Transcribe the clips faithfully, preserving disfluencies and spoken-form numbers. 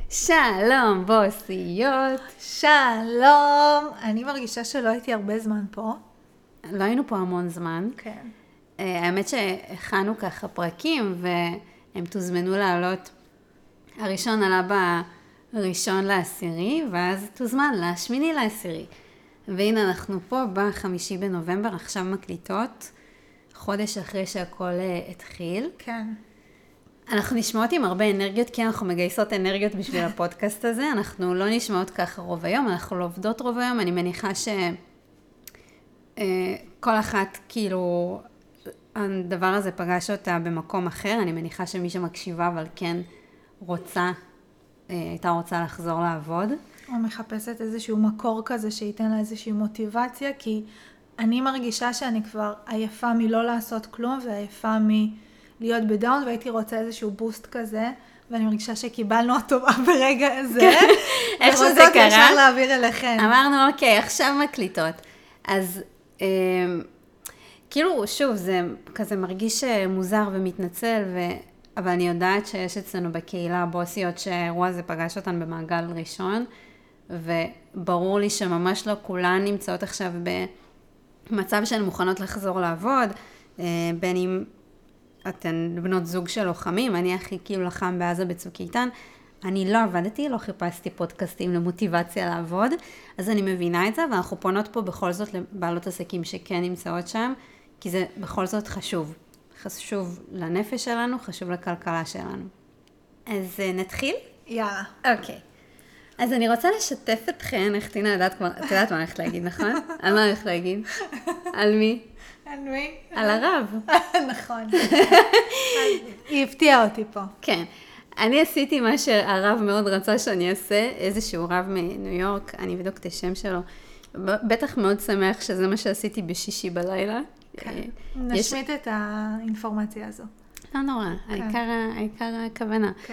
שלום בוסיות. שלום. אני מרגישה שלא הייתי הרבה זמן פה. לא היינו פה המון זמן. כן. האמת שהכנו ככה פרקים והם תוזמנו לעלות. הראשון עלה בראשון לעשירי ואז תוזמן לשמיני לעשירי. והנה אנחנו פה בחמישי בנובמבר, עכשיו מקליטות, חודש אחרי שהכל התחיל. כן. אנחנו נשמעות עם הרבה אנרגיות, כי אנחנו מגייסות אנרגיות בשביל הפודקאסט הזה. אנחנו לא נשמעות ככה רוב היום, אנחנו לא עובדות רוב היום. אני מניחה שכל אחת, כאילו, הדבר הזה פגש אותה במקום אחר. אני מניחה שמי שמקשיבה, אבל כן רוצה, הייתה רוצה לחזור לעבוד. או מחפשת איזשהו מקור כזה שייתן לה איזושהי מוטיבציה, כי אני מרגישה שאני כבר עייפה מלא לעשות כלום, ועייפה מלהיות בדאון, והייתי רוצה איזשהו בוסט כזה, ואני מרגישה שקיבלנו אותו ברגע הזה. איך שזה קרה? ישר להעביר אליכם. אמרנו, אוקיי, עכשיו מקליטות. אז אה, כאילו, שוב, זה כזה מרגיש מוזר ומתנצל, ו... אבל אני יודעת שיש אצלנו בקהילה הבוסיות שהאירוע הזה פגש אותן במעגל ראשון, וברור לי שממש לא כולן נמצאות עכשיו במצב שהן מוכנות לחזור לעבוד, בין אם אתן בנות זוג של לוחמים, אני הכי כאילו לחם בעזה בצוק איתן, אני לא עבדתי, לא חיפשתי פודקאסטים למוטיבציה לעבוד, אז אני מבינה את זה, ואנחנו פונות פה בכל זאת לבעלות עסקים שכן נמצאות שם, כי זה בכל זאת חשוב. חשוב לנפש שלנו, חשוב לכלכלה שלנו. אז נתחיל? יאללה. אוקיי. אז אני רוצה לשתף אתכן, איך תינה, יודעת כבר, את יודעת מה הולכת להגיד, נכון? על מה הולכת להגיד? על מי? על מי? על הרב. נכון. היא הפתיעה אותי פה. כן. אני עשיתי מה שהרב מאוד רצה שאני אעשה, איזשהו רב מניו יורק, אני אבדוק את השם שלו. בטח מאוד שמח שזה מה שעשיתי בשישי בלילה. כן. נשמיט את האינפורמציה הזו. לא נורא, העיקר הכוונה. כן.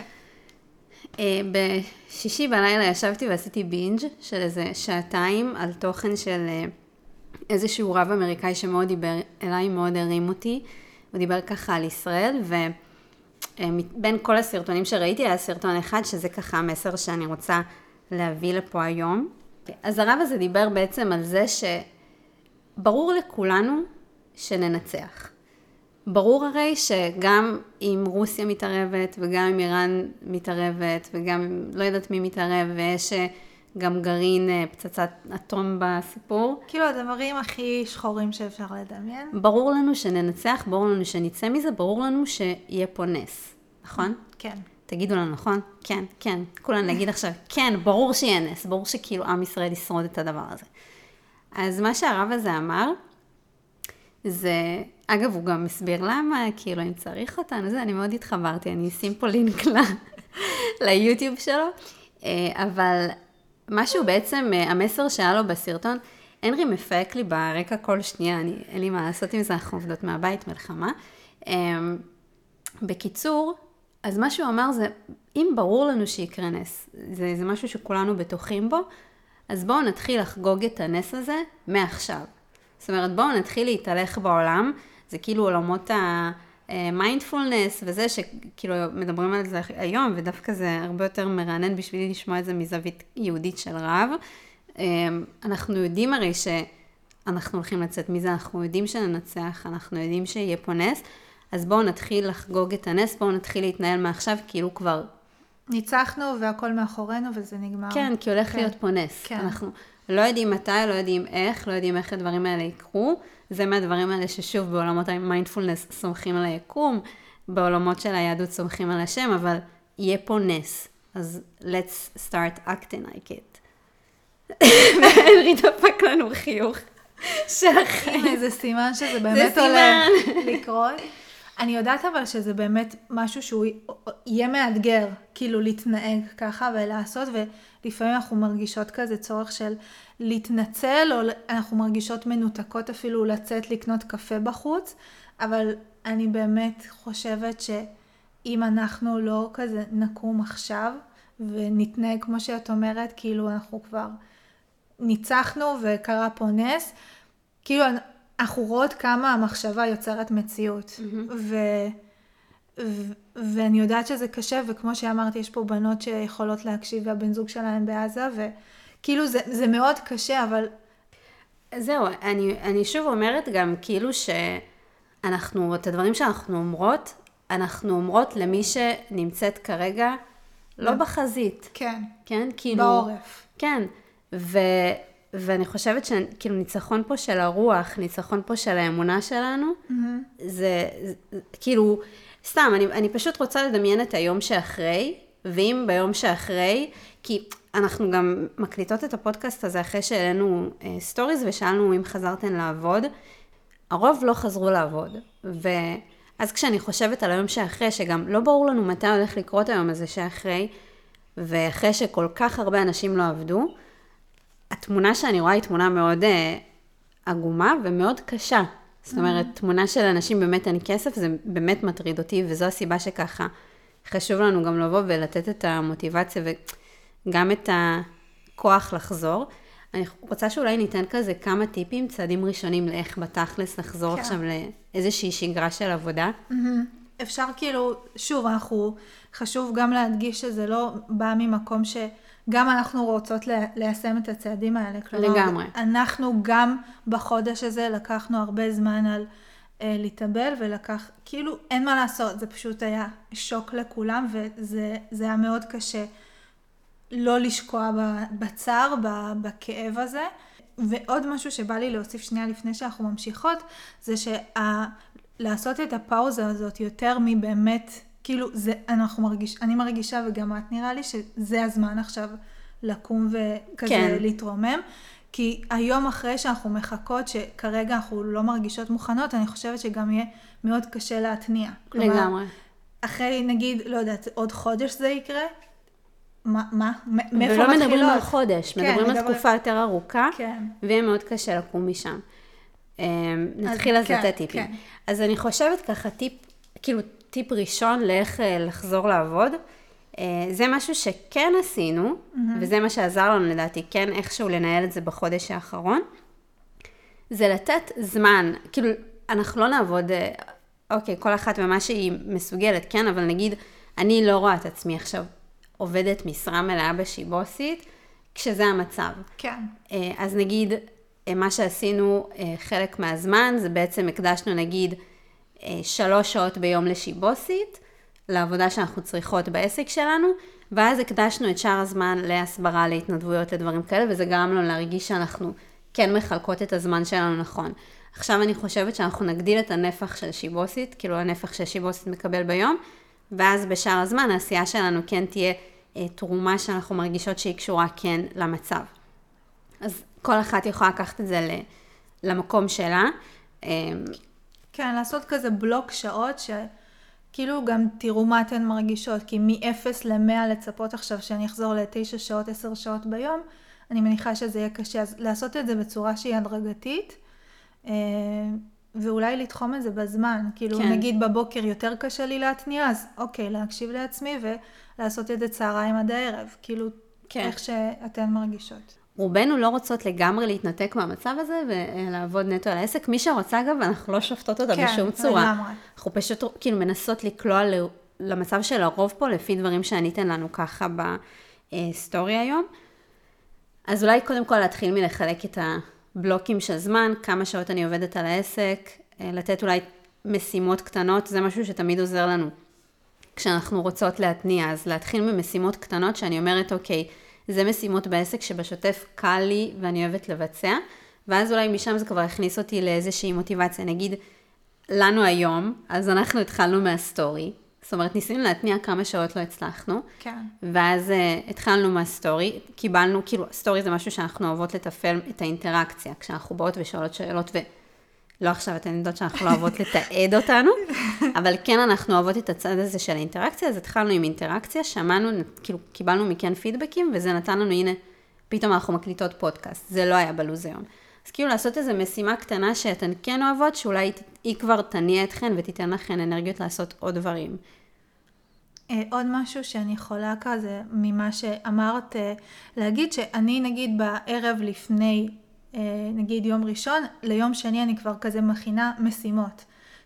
בשישי בלילה ישבתי ועשיתי בינג' של איזה שעתיים על תוכן של איזשהו רב אמריקאי שמאוד דיבר אליי, מאוד הרים אותי. הוא דיבר ככה על ישראל, ובין כל הסרטונים שראיתי היה סרטון אחד שזה ככה המסר שאני רוצה להביא לפה היום. אז הרב הזה דיבר בעצם על זה שברור לכולנו שננצח. ברור הרי שגם אם רוסיה מתערבת וגם אם איראן מתערבת וגם אם לא יודעת מי מתערב ויש גם גרעין פצצת אטום בסיפור. כאילו הדברים הכי שחורים שאפשר לדמיין. ברור לנו שננצח, ברור לנו שנצא מזה, ברור לנו שיהיה פה נס, נכון? כן. תגידו לנו, נכון? כן, כן. כולנו נגיד עכשיו, כן, ברור שיהיה נס, ברור שכאילו עם ישראל ישרוד את הדבר הזה. אז מה שהרב הזה אמר, זה, אגב, הוא גם מסביר למה, כאילו, אם צריך אותנו, זה, אני מאוד התחברתי, אני אשים פה לינק ליוטיוב שלו, אבל משהו בעצם, המסר שהיה לו בסרטון, הנרי מפהק לי ברקע כל שנייה, אני, אין לי מה לעשות עם זה, אנחנו עובדות מהבית, מלחמה. בקיצור, אז מה שהוא אמר זה, אם ברור לנו שיקרה נס, זה, זה משהו שכולנו בטוחים בו, אז בואו נתחיל לחגוג את הנס הזה מעכשיו. זאת אומרת, בואו נתחיל להתהלך בעולם, זה כאילו עולמות המיינדפולנס וזה שכאילו מדברים על זה היום, ודווקא זה הרבה יותר מרענן בשבילי לשמוע את זה מזווית יהודית של רב. אנחנו יודעים הרי שאנחנו הולכים לצאת מזה, אנחנו יודעים שננצח, אנחנו יודעים שיהיה פה נס, אז בואו נתחיל לחגוג את הנס, בואו נתחיל להתנהל מעכשיו, כאילו כבר... ניצחנו והכל מאחורינו וזה נגמר. כן, כי הולך כן. להיות פה נס. כן. אנחנו לא יודעים מתי, לא יודעים איך, לא יודעים איך הדברים האלה יקרו. זה מהדברים האלה ששוב בעולמות המיינדפולנס סומכים על היקום, בעולמות של היהדות סומכים על השם, אבל יהיה פה נס. אז let's start acting like it. והנרי דפק לנו חיוך של החיים. הנה, זה סימן שזה באמת הולך לקרות. אני יודעת אבל שזה באמת משהו שהוא יהיה מאתגר, כאילו להתנהג ככה ולעשות, ולפעמים אנחנו מרגישות כזה צורך של להתנצל, או אנחנו מרגישות מנותקות אפילו לצאת לקנות קפה בחוץ, אבל אני באמת חושבת שאם אנחנו לא כזה נקום עכשיו, ונתנהג כמו שאת אומרת, כאילו אנחנו כבר ניצחנו וקרה פה נס, כאילו אנחנו רואות כמה המחשבה יוצרת מציאות, mm-hmm. ו- ואני יודעת שזה קשה, וכמו שאמרתי, יש פה בנות שיכולות להקשיב, והבן זוג שלהם בעזה, וכאילו זה, זה מאוד קשה, אבל... זהו, אני, אני שוב אומרת גם כאילו שאנחנו, את הדברים שאנחנו אומרות, אנחנו אומרות למי שנמצאת כרגע לא בחזית. כן. כן, כאילו... בעורף. כן, ו, ואני חושבת שכאילו ניצחון פה של הרוח, ניצחון פה של האמונה שלנו, mm-hmm. זה, זה כאילו, סתם, אני, אני פשוט רוצה לדמיין את היום שאחרי, ואם ביום שאחרי, כי אנחנו גם מקליטות את הפודקאסט הזה אחרי שאלינו אה, סטוריז, ושאלנו אם חזרתן לעבוד, הרוב לא חזרו לעבוד, ואז כשאני חושבת על היום שאחרי, שגם לא ברור לנו מתי הולך לקרות היום הזה שאחרי, ואחרי שכל כך הרבה אנשים לא עבדו, התמונה שאני רואה היא תמונה מאוד אה, עגומה ומאוד קשה. זאת אומרת, תמונה של אנשים באמת אין כסף, זה באמת מטריד אותי, וזו הסיבה שככה חשוב לנו גם לבוא ולתת את המוטיבציה וגם את הכוח לחזור. אני רוצה שאולי ניתן כזה כמה טיפים, צעדים ראשונים לאיך בתכלס לחזור כן. עכשיו לאיזושהי שגרה של עבודה. Mm-hmm. אפשר כאילו, שוב, אנחנו, חשוב גם להדגיש שזה לא בא ממקום שגם אנחנו רוצות ליישם את הצעדים האלה. כלומר, לגמרי. אנחנו גם בחודש הזה לקחנו הרבה זמן על אה, להתאבל, ולקח, כאילו אין מה לעשות, זה פשוט היה שוק לכולם, וזה זה היה מאוד קשה לא לשקוע בצער, בכאב הזה. ועוד משהו שבא לי להוסיף שנייה לפני שאנחנו ממשיכות, זה שה... לעשות את הפאוזה הזאת יותר מבאמת, כאילו זה, אנחנו מרגיש, אני מרגישה וגם את נראה לי שזה הזמן עכשיו לקום וכזה כן. להתרומם, כי היום אחרי שאנחנו מחכות שכרגע אנחנו לא מרגישות מוכנות, אני חושבת שגם יהיה מאוד קשה להתניע. לגמרי. כלומר, אחרי נגיד, לא יודעת, עוד חודש זה יקרה, מה? מה? ולא מדברים על חודש, כן, מדברים על תקופה יותר ארוכה, כן. ויהיה מאוד קשה לקום משם. נתחיל אז לתת טיפים. כן. אז אני חושבת ככה טיפ, כאילו טיפ ראשון לאיך לחזור לעבוד, זה משהו שכן עשינו, mm-hmm. וזה מה שעזר לנו לדעתי, כן איכשהו לנהל את זה בחודש האחרון, זה לתת זמן, כאילו אנחנו לא נעבוד, אוקיי, כל אחת ומה שהיא מסוגלת, כן, אבל נגיד, אני לא רואה את עצמי עכשיו עובדת משרה מלאה בשיבוסית, כשזה המצב. כן. אז נגיד, מה שעשינו חלק מהזמן, זה בעצם הקדשנו נגיד שלוש שעות ביום לשיבוסית, לעבודה שאנחנו צריכות בעסק שלנו, ואז הקדשנו את שאר הזמן להסברה, להתנדבויות, לדברים כאלה, וזה גרם לנו להרגיש שאנחנו כן מחלקות את הזמן שלנו נכון. עכשיו אני חושבת שאנחנו נגדיל את הנפח של שיבוסית, כאילו הנפח ששיבוסית מקבל ביום, ואז בשאר הזמן העשייה שלנו כן תהיה תרומה שאנחנו מרגישות שהיא קשורה כן למצב. אז כל אחת יכולה לקחת את זה למקום שלה. כן, לעשות כזה בלוק שעות שכאילו גם תראו מה אתן מרגישות, כי מ-אפס ל-מאה לצפות עכשיו שאני אחזור ל-תשע שעות, עשר שעות ביום, אני מניחה שזה יהיה קשה. אז לעשות את זה בצורה שהיא הדרגתית, ואולי לתחום את זה בזמן. כאילו כן. נגיד בבוקר יותר קשה לי להתניע, אז אוקיי, להקשיב לעצמי ולעשות את זה צהריים עד הערב. כאילו כן. איך שאתן מרגישות. רובנו לא רוצות לגמרי להתנתק מהמצב הזה ולעבוד נטו על העסק. מי שרוצה אגב, אנחנו לא שופטות אותה כן, בשום צורה. לגמרי. אנחנו פשוט כאילו מנסות לקלוע למצב של הרוב פה, לפי דברים שעניתן לנו ככה בסטורי היום. אז אולי קודם כל להתחיל מלחלק את הבלוקים של זמן, כמה שעות אני עובדת על העסק, לתת אולי משימות קטנות, זה משהו שתמיד עוזר לנו. כשאנחנו רוצות להתניע, אז להתחיל ממשימות קטנות שאני אומרת, אוקיי, זה משימות בעסק שבשוטף קל לי ואני אוהבת לבצע, ואז אולי משם זה כבר הכניס אותי לאיזושהי מוטיבציה. נגיד, לנו היום, אז אנחנו התחלנו מהסטורי, זאת אומרת, ניסינו להתניע כמה שעות לא הצלחנו, כן. ואז uh, התחלנו מהסטורי, קיבלנו, כאילו, הסטורי זה משהו שאנחנו אוהבות לתפעל את האינטראקציה, כשאנחנו באות ושואלות שאלות, ולא עכשיו אתן יודעות שאנחנו לא אוהבות לתעד אותנו, אבל כן אנחנו אוהבות את הצד הזה של האינטראקציה, אז התחלנו עם אינטראקציה, שמענו, כאילו, קיבלנו מכן פידבקים, וזה נתן לנו, הנה, פתאום אנחנו מקליטות פודקאסט, זה לא היה בלוז היום. אז כאילו לעשות איזו משימה קטנה שאתן כן אוהבות, שאולי היא כבר תניע אתכן ותיתן לכן אנרגיות לעשות עוד דברים. עוד משהו שאני יכולה כזה ממה שאמרת, להגיד שאני נגיד בערב לפני, נגיד יום ראשון, ליום שני אני כבר כזה מכינה משימות.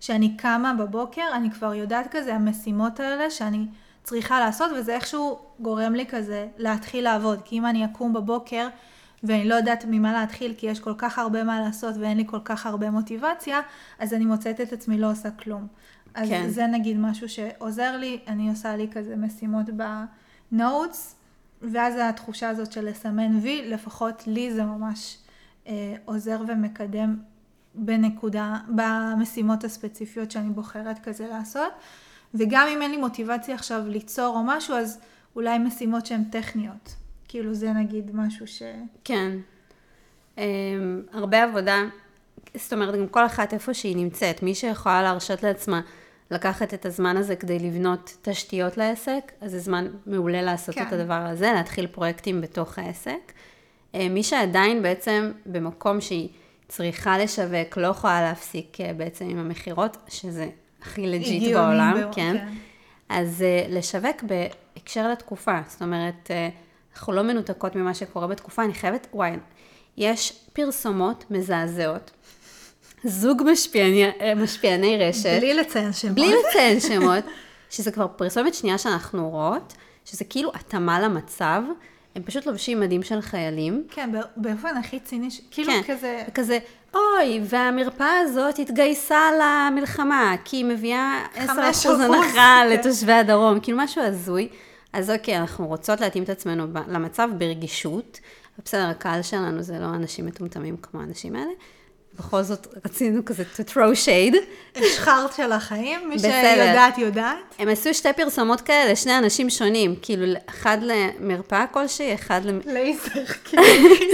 שאני קמה בבוקר, אני כבר יודעת כזה, המשימות האלה שאני צריכה לעשות, וזה איכשהו גורם לי כזה להתחיל לעבוד. כי אם אני אקום בבוקר, ואני לא יודעת ממה להתחיל, כי יש כל כך הרבה מה לעשות, ואין לי כל כך הרבה מוטיבציה, אז אני מוצאת את עצמי לא עושה כלום. אז כן. זה נגיד משהו שעוזר לי, אני עושה לי כזה משימות בנוטס, ואז התחושה הזאת של לסמן וי, לפחות לי זה ממש אה, עוזר ומקדם בנקודה, במשימות הספציפיות שאני בוחרת כזה לעשות. וגם אם אין לי מוטיבציה עכשיו ליצור או משהו, אז אולי משימות שהן טכניות. כאילו זה נגיד משהו ש... כן. Um, הרבה עבודה, זאת אומרת, גם כל אחת איפה שהיא נמצאת, מי שיכולה להרשות לעצמה לקחת את הזמן הזה כדי לבנות תשתיות לעסק, אז זה זמן מעולה לעשות כן. את הדבר הזה, להתחיל פרויקטים בתוך העסק. Uh, מי שעדיין בעצם במקום שהיא צריכה לשווק, לא יכולה להפסיק uh, בעצם עם המחירות, שזה הכי לג'יט בעולם, בא... כן. כן. אז uh, לשווק בהקשר לתקופה, זאת אומרת... Uh, אנחנו לא מנותקות ממה שקורה בתקופה, אני חייבת, וואי, יש פרסומות מזעזעות, זוג משפיעני, משפיעני רשת. בלי לציין שמות. בלי לציין שמות, שזה כבר פרסומת שנייה שאנחנו רואות, שזה כאילו התאמה למצב, הם פשוט לובשים מדים של חיילים. כן, באופן הכי ציני, כאילו כן, כזה... כזה, אוי, והמרפאה הזאת התגייסה למלחמה, כי היא מביאה עשרה אחוז הנחה לתושבי הדרום, כאילו משהו הזוי. אז אוקיי, אנחנו רוצות להתאים את עצמנו למצב ברגישות, בסדר, הקהל שלנו זה לא אנשים מטומטמים כמו האנשים האלה, בכל זאת רצינו כזה to throw shade. השחרת של החיים, מי שיודעת יודעת. הם עשו שתי פרסומות כאלה, שני אנשים שונים, כאילו אחד למרפאה כלשהי, אחד ל... לייזר, כאילו.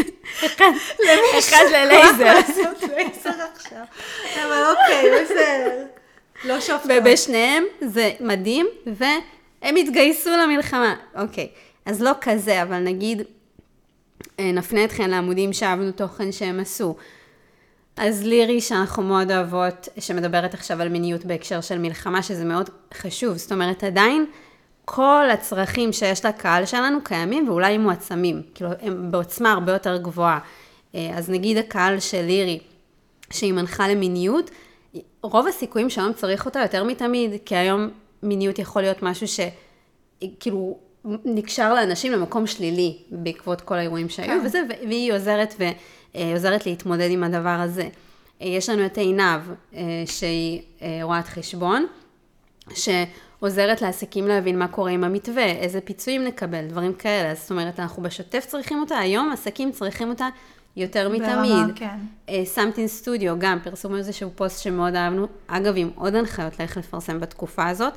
אחד ללייזר. לעשות לייזר עכשיו. אבל אוקיי, בסדר. לא שופטות. ובשניהם זה מדהים, ו... הם התגייסו למלחמה. אוקיי, אז לא כזה, אבל נגיד, נפנה אתכם לעמודים שאהבנו תוכן שהם עשו. אז לירי, שאנחנו מאוד אוהבות, שמדברת עכשיו על מיניות בהקשר של מלחמה, שזה מאוד חשוב. זאת אומרת, עדיין כל הצרכים שיש לקהל שלנו קיימים, ואולי הם מועצמים. כאילו, הם בעוצמה הרבה יותר גבוהה. אז נגיד הקהל של לירי, שהיא מנחה למיניות, רוב הסיכויים שהיום צריך אותה יותר מתמיד, כי היום... מיניות יכול להיות משהו שכאילו נקשר לאנשים למקום שלילי בעקבות כל האירועים שהיו, כן. וזה, והיא עוזרת ועוזרת להתמודד עם הדבר הזה. יש לנו את עינב, שהיא רואת חשבון, שעוזרת לעסקים להבין מה קורה עם המתווה, איזה פיצויים נקבל, דברים כאלה. זאת אומרת, אנחנו בשוטף צריכים אותה, היום עסקים צריכים אותה יותר מתמיד. ברמה, כן. סמטין סטודיו, גם פרסום איזשהו פוסט שמאוד אהבנו, אגב, עם עוד הנחיות לאיך לפרסם בתקופה הזאת,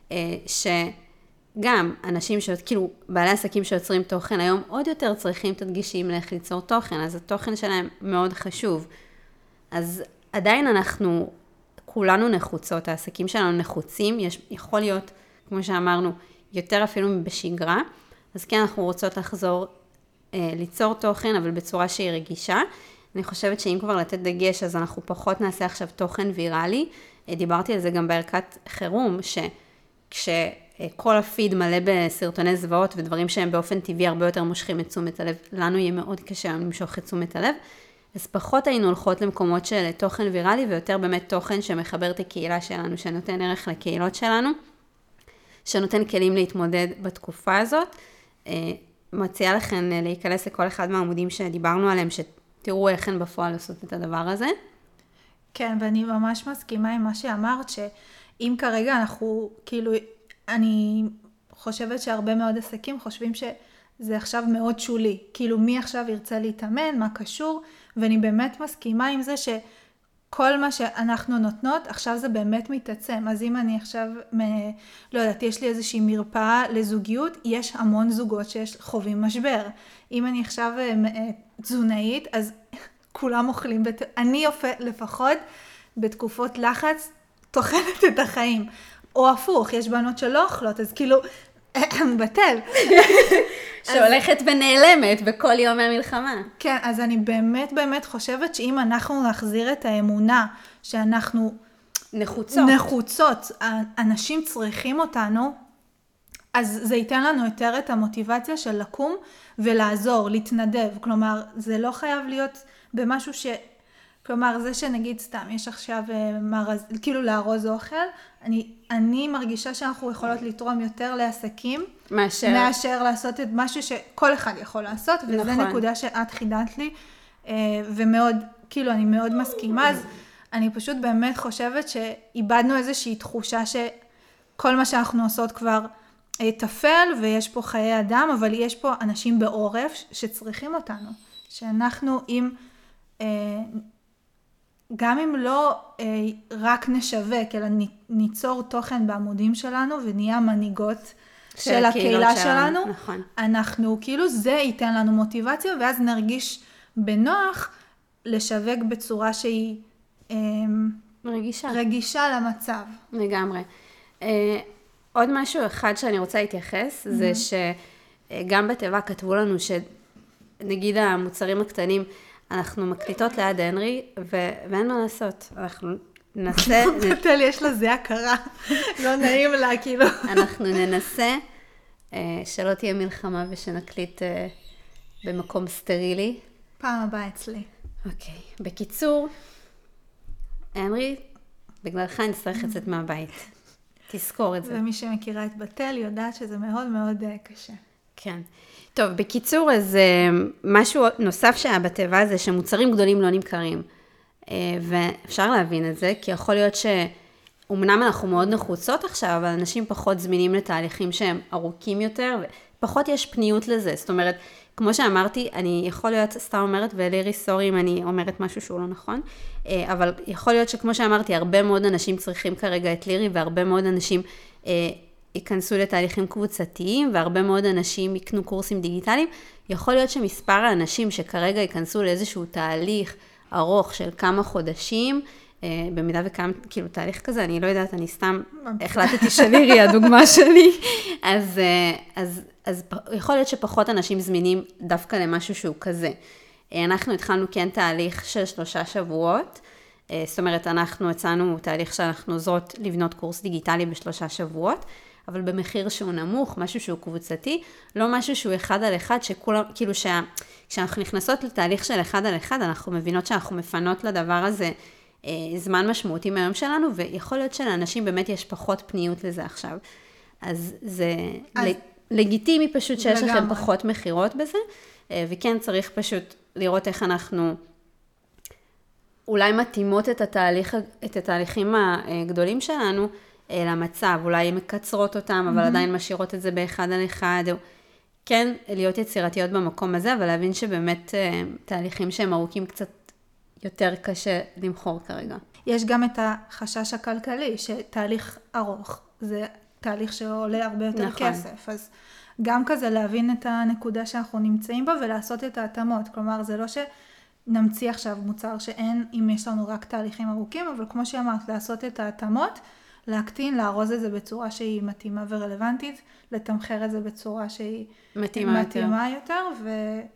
שגם אנשים כאילו, בעלי עסקים שיוצרים תוכן היום, עוד יותר צריכים את הדגישים לאיך ליצור תוכן, אז התוכן שלהם מאוד חשוב. אז עדיין אנחנו, כולנו נחוצות, העסקים שלנו נחוצים, יש, יכול להיות, כמו שאמרנו, יותר אפילו בשגרה, אז כן, אנחנו רוצות לחזור, ליצור תוכן, אבל בצורה שהיא רגישה. אני חושבת שאם כבר לתת דגש, אז אנחנו פחות נעשה עכשיו תוכן ויראלי. דיברתי על זה גם בערכת חירום, שכשכל הפיד מלא בסרטוני זוועות ודברים שהם באופן טבעי הרבה יותר מושכים את תשומת הלב, לנו יהיה מאוד קשה למשוך את תשומת הלב, אז פחות היינו הולכות למקומות של תוכן ויראלי, ויותר באמת תוכן שמחבר את הקהילה שלנו, שנותן ערך לקהילות שלנו, שנותן כלים להתמודד בתקופה הזאת. מציעה לכם להיכנס לכל אחד מהעמודים שדיברנו עליהם, שתראו איך הן בפועל לעשות את הדבר הזה. כן, ואני ממש מסכימה עם מה שאמרת, שאם כרגע אנחנו, כאילו, אני חושבת שהרבה מאוד עסקים חושבים שזה עכשיו מאוד שולי. כאילו, מי עכשיו ירצה להתאמן, מה קשור, ואני באמת מסכימה עם זה שכל מה שאנחנו נותנות, עכשיו זה באמת מתעצם. אז אם אני עכשיו, לא יודעת, יש לי איזושהי מרפאה לזוגיות, יש המון זוגות שיש חווים משבר. אם אני עכשיו תזונאית, אז כולם אוכלים, בת... אני יופה לפחות בתקופות לחץ, תוחלת את החיים. או הפוך, יש בנות שלא אוכלות, אז כאילו, בטל. שהולכת ונעלמת בכל יום מהמלחמה. כן, אז אני באמת באמת חושבת שאם אנחנו נחזיר את האמונה, שאנחנו נחוצות, נחוצות, אנשים צריכים אותנו, אז זה ייתן לנו יותר את המוטיבציה של לקום ולעזור, להתנדב. כלומר, זה לא חייב להיות במשהו כלומר, זה שנגיד סתם, יש עכשיו מרז, כאילו לארוז אוכל, אני, אני מרגישה שאנחנו יכולות לתרום יותר לעסקים, מאשר, מאשר לעשות את משהו שכל אחד יכול לעשות, וזו נכון. נקודה שאת חידדת לי, ומאוד, כאילו, אני מאוד מסכימה, אז אני פשוט באמת חושבת שאיבדנו איזושהי תחושה שכל מה שאנחנו עושות כבר תפל, ויש פה חיי אדם, אבל יש פה אנשים בעורף שצריכים אותנו, שאנחנו עם... גם אם לא אה, רק נשווק, אלא ניצור תוכן בעמודים שלנו, ונהיה מנהיגות של, של הקהילה שלנו, שלנו נכון. אנחנו, כאילו זה ייתן לנו מוטיבציה, ואז נרגיש בנוח לשווק בצורה שהיא אה, רגישה. רגישה למצב. לגמרי. אה, עוד משהו אחד שאני רוצה להתייחס, mm-hmm. זה שגם בתיבה כתבו לנו שנגיד המוצרים הקטנים, אנחנו מקליטות ליד הנרי, ו- ואין מה לעשות. אנחנו ננסה... קטל, יש לה זה הכרה. לא נעים לה, כאילו. אנחנו ננסה אה, שלא תהיה מלחמה ושנקליט אה, במקום סטרילי. פעם הבאה אצלי. אוקיי. בקיצור, הנרי, בגללך נצטרך לצאת מהבית. תזכור את זה. ומי שמכירה את בתל יודעת שזה מאוד מאוד קשה. כן. טוב, בקיצור, אז משהו נוסף שהיה בטבע זה שמוצרים גדולים לא נמכרים. ואפשר להבין את זה, כי יכול להיות שאומנם אנחנו מאוד נחוצות עכשיו, אבל אנשים פחות זמינים לתהליכים שהם ארוכים יותר, ופחות יש פניות לזה. זאת אומרת, כמו שאמרתי, אני יכול להיות, סתם אומרת, ולירי סורי אם אני אומרת משהו שהוא לא נכון, אבל יכול להיות שכמו שאמרתי, הרבה מאוד אנשים צריכים כרגע את לירי, והרבה מאוד אנשים ייכנסו לתהליכים קבוצתיים, והרבה מאוד אנשים יקנו קורסים דיגיטליים. יכול להיות שמספר האנשים שכרגע ייכנסו לאיזשהו תהליך ארוך של כמה חודשים, במידה וכמה, כאילו תהליך כזה, אני לא יודעת, אני סתם החלטתי שלירי, הדוגמה שלי. אז, אז, אז יכול להיות שפחות אנשים זמינים דווקא למשהו שהוא כזה. אנחנו התחלנו כן תהליך של שלושה שבועות, זאת אומרת, אנחנו הצענו תהליך שאנחנו עוזרות לבנות קורס דיגיטלי בשלושה שבועות, אבל במחיר שהוא נמוך, משהו שהוא קבוצתי, לא משהו שהוא אחד על אחד, שכולם, כאילו שה, כשאנחנו נכנסות לתהליך של אחד על אחד, אנחנו מבינות שאנחנו מפנות לדבר הזה אה, זמן משמעותי מהיום שלנו, ויכול להיות שלאנשים באמת יש פחות פניות לזה עכשיו. אז זה אז... לגיטימי פשוט שיש לגמרי. לכם פחות מחירות בזה, אה, וכן צריך פשוט לראות איך אנחנו אולי מתאימות את התהליך, את התהליכים הגדולים שלנו, למצב, אולי מקצרות אותם, אבל mm-hmm. עדיין משאירות את זה באחד על אחד, או כן, להיות יצירתיות במקום הזה, אבל להבין שבאמת תהליכים שהם ארוכים קצת יותר קשה למכור כרגע. יש גם את החשש הכלכלי, שתהליך ארוך, זה תהליך שעולה הרבה יותר נכון. כסף, אז גם כזה להבין את הנקודה שאנחנו נמצאים בה, ולעשות את ההתאמות, כלומר זה לא שנמציא עכשיו מוצר שאין, אם יש לנו רק תהליכים ארוכים, אבל כמו שאמרת, לעשות את ההתאמות, להקטין, לארוז את זה בצורה שהיא מתאימה ורלוונטית, לתמחר את זה בצורה שהיא מתאימה, מתאימה יותר, יותר ו...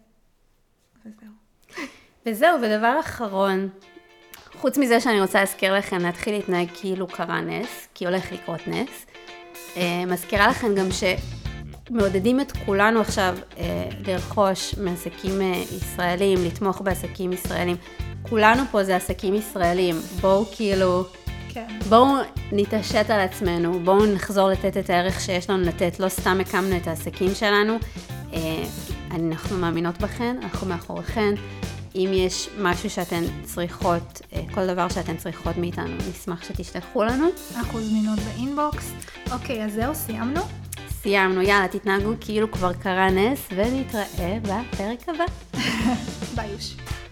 וזהו. וזהו, ודבר אחרון, חוץ מזה שאני רוצה להזכיר לכם, להתחיל להתנהג כאילו קרה נס, כי הולך לקרות נס. מזכירה לכם גם שמעודדים את כולנו עכשיו לרכוש מעסקים ישראלים, לתמוך בעסקים ישראלים. כולנו פה זה עסקים ישראלים, בואו כאילו... בואו נתעשת על עצמנו, בואו נחזור לתת את הערך שיש לנו לתת, לא סתם הקמנו את העסקים שלנו, אנחנו מאמינות בכן, אנחנו מאחוריכן, אם יש משהו שאתן צריכות, כל דבר שאתן צריכות מאיתנו, נשמח שתשלחו לנו. אנחנו זמינות באינבוקס. אוקיי, אז זהו, סיימנו? סיימנו, יאללה, תתנהגו כאילו כבר קרה נס, ונתראה בפרק הבא. ביי יוש.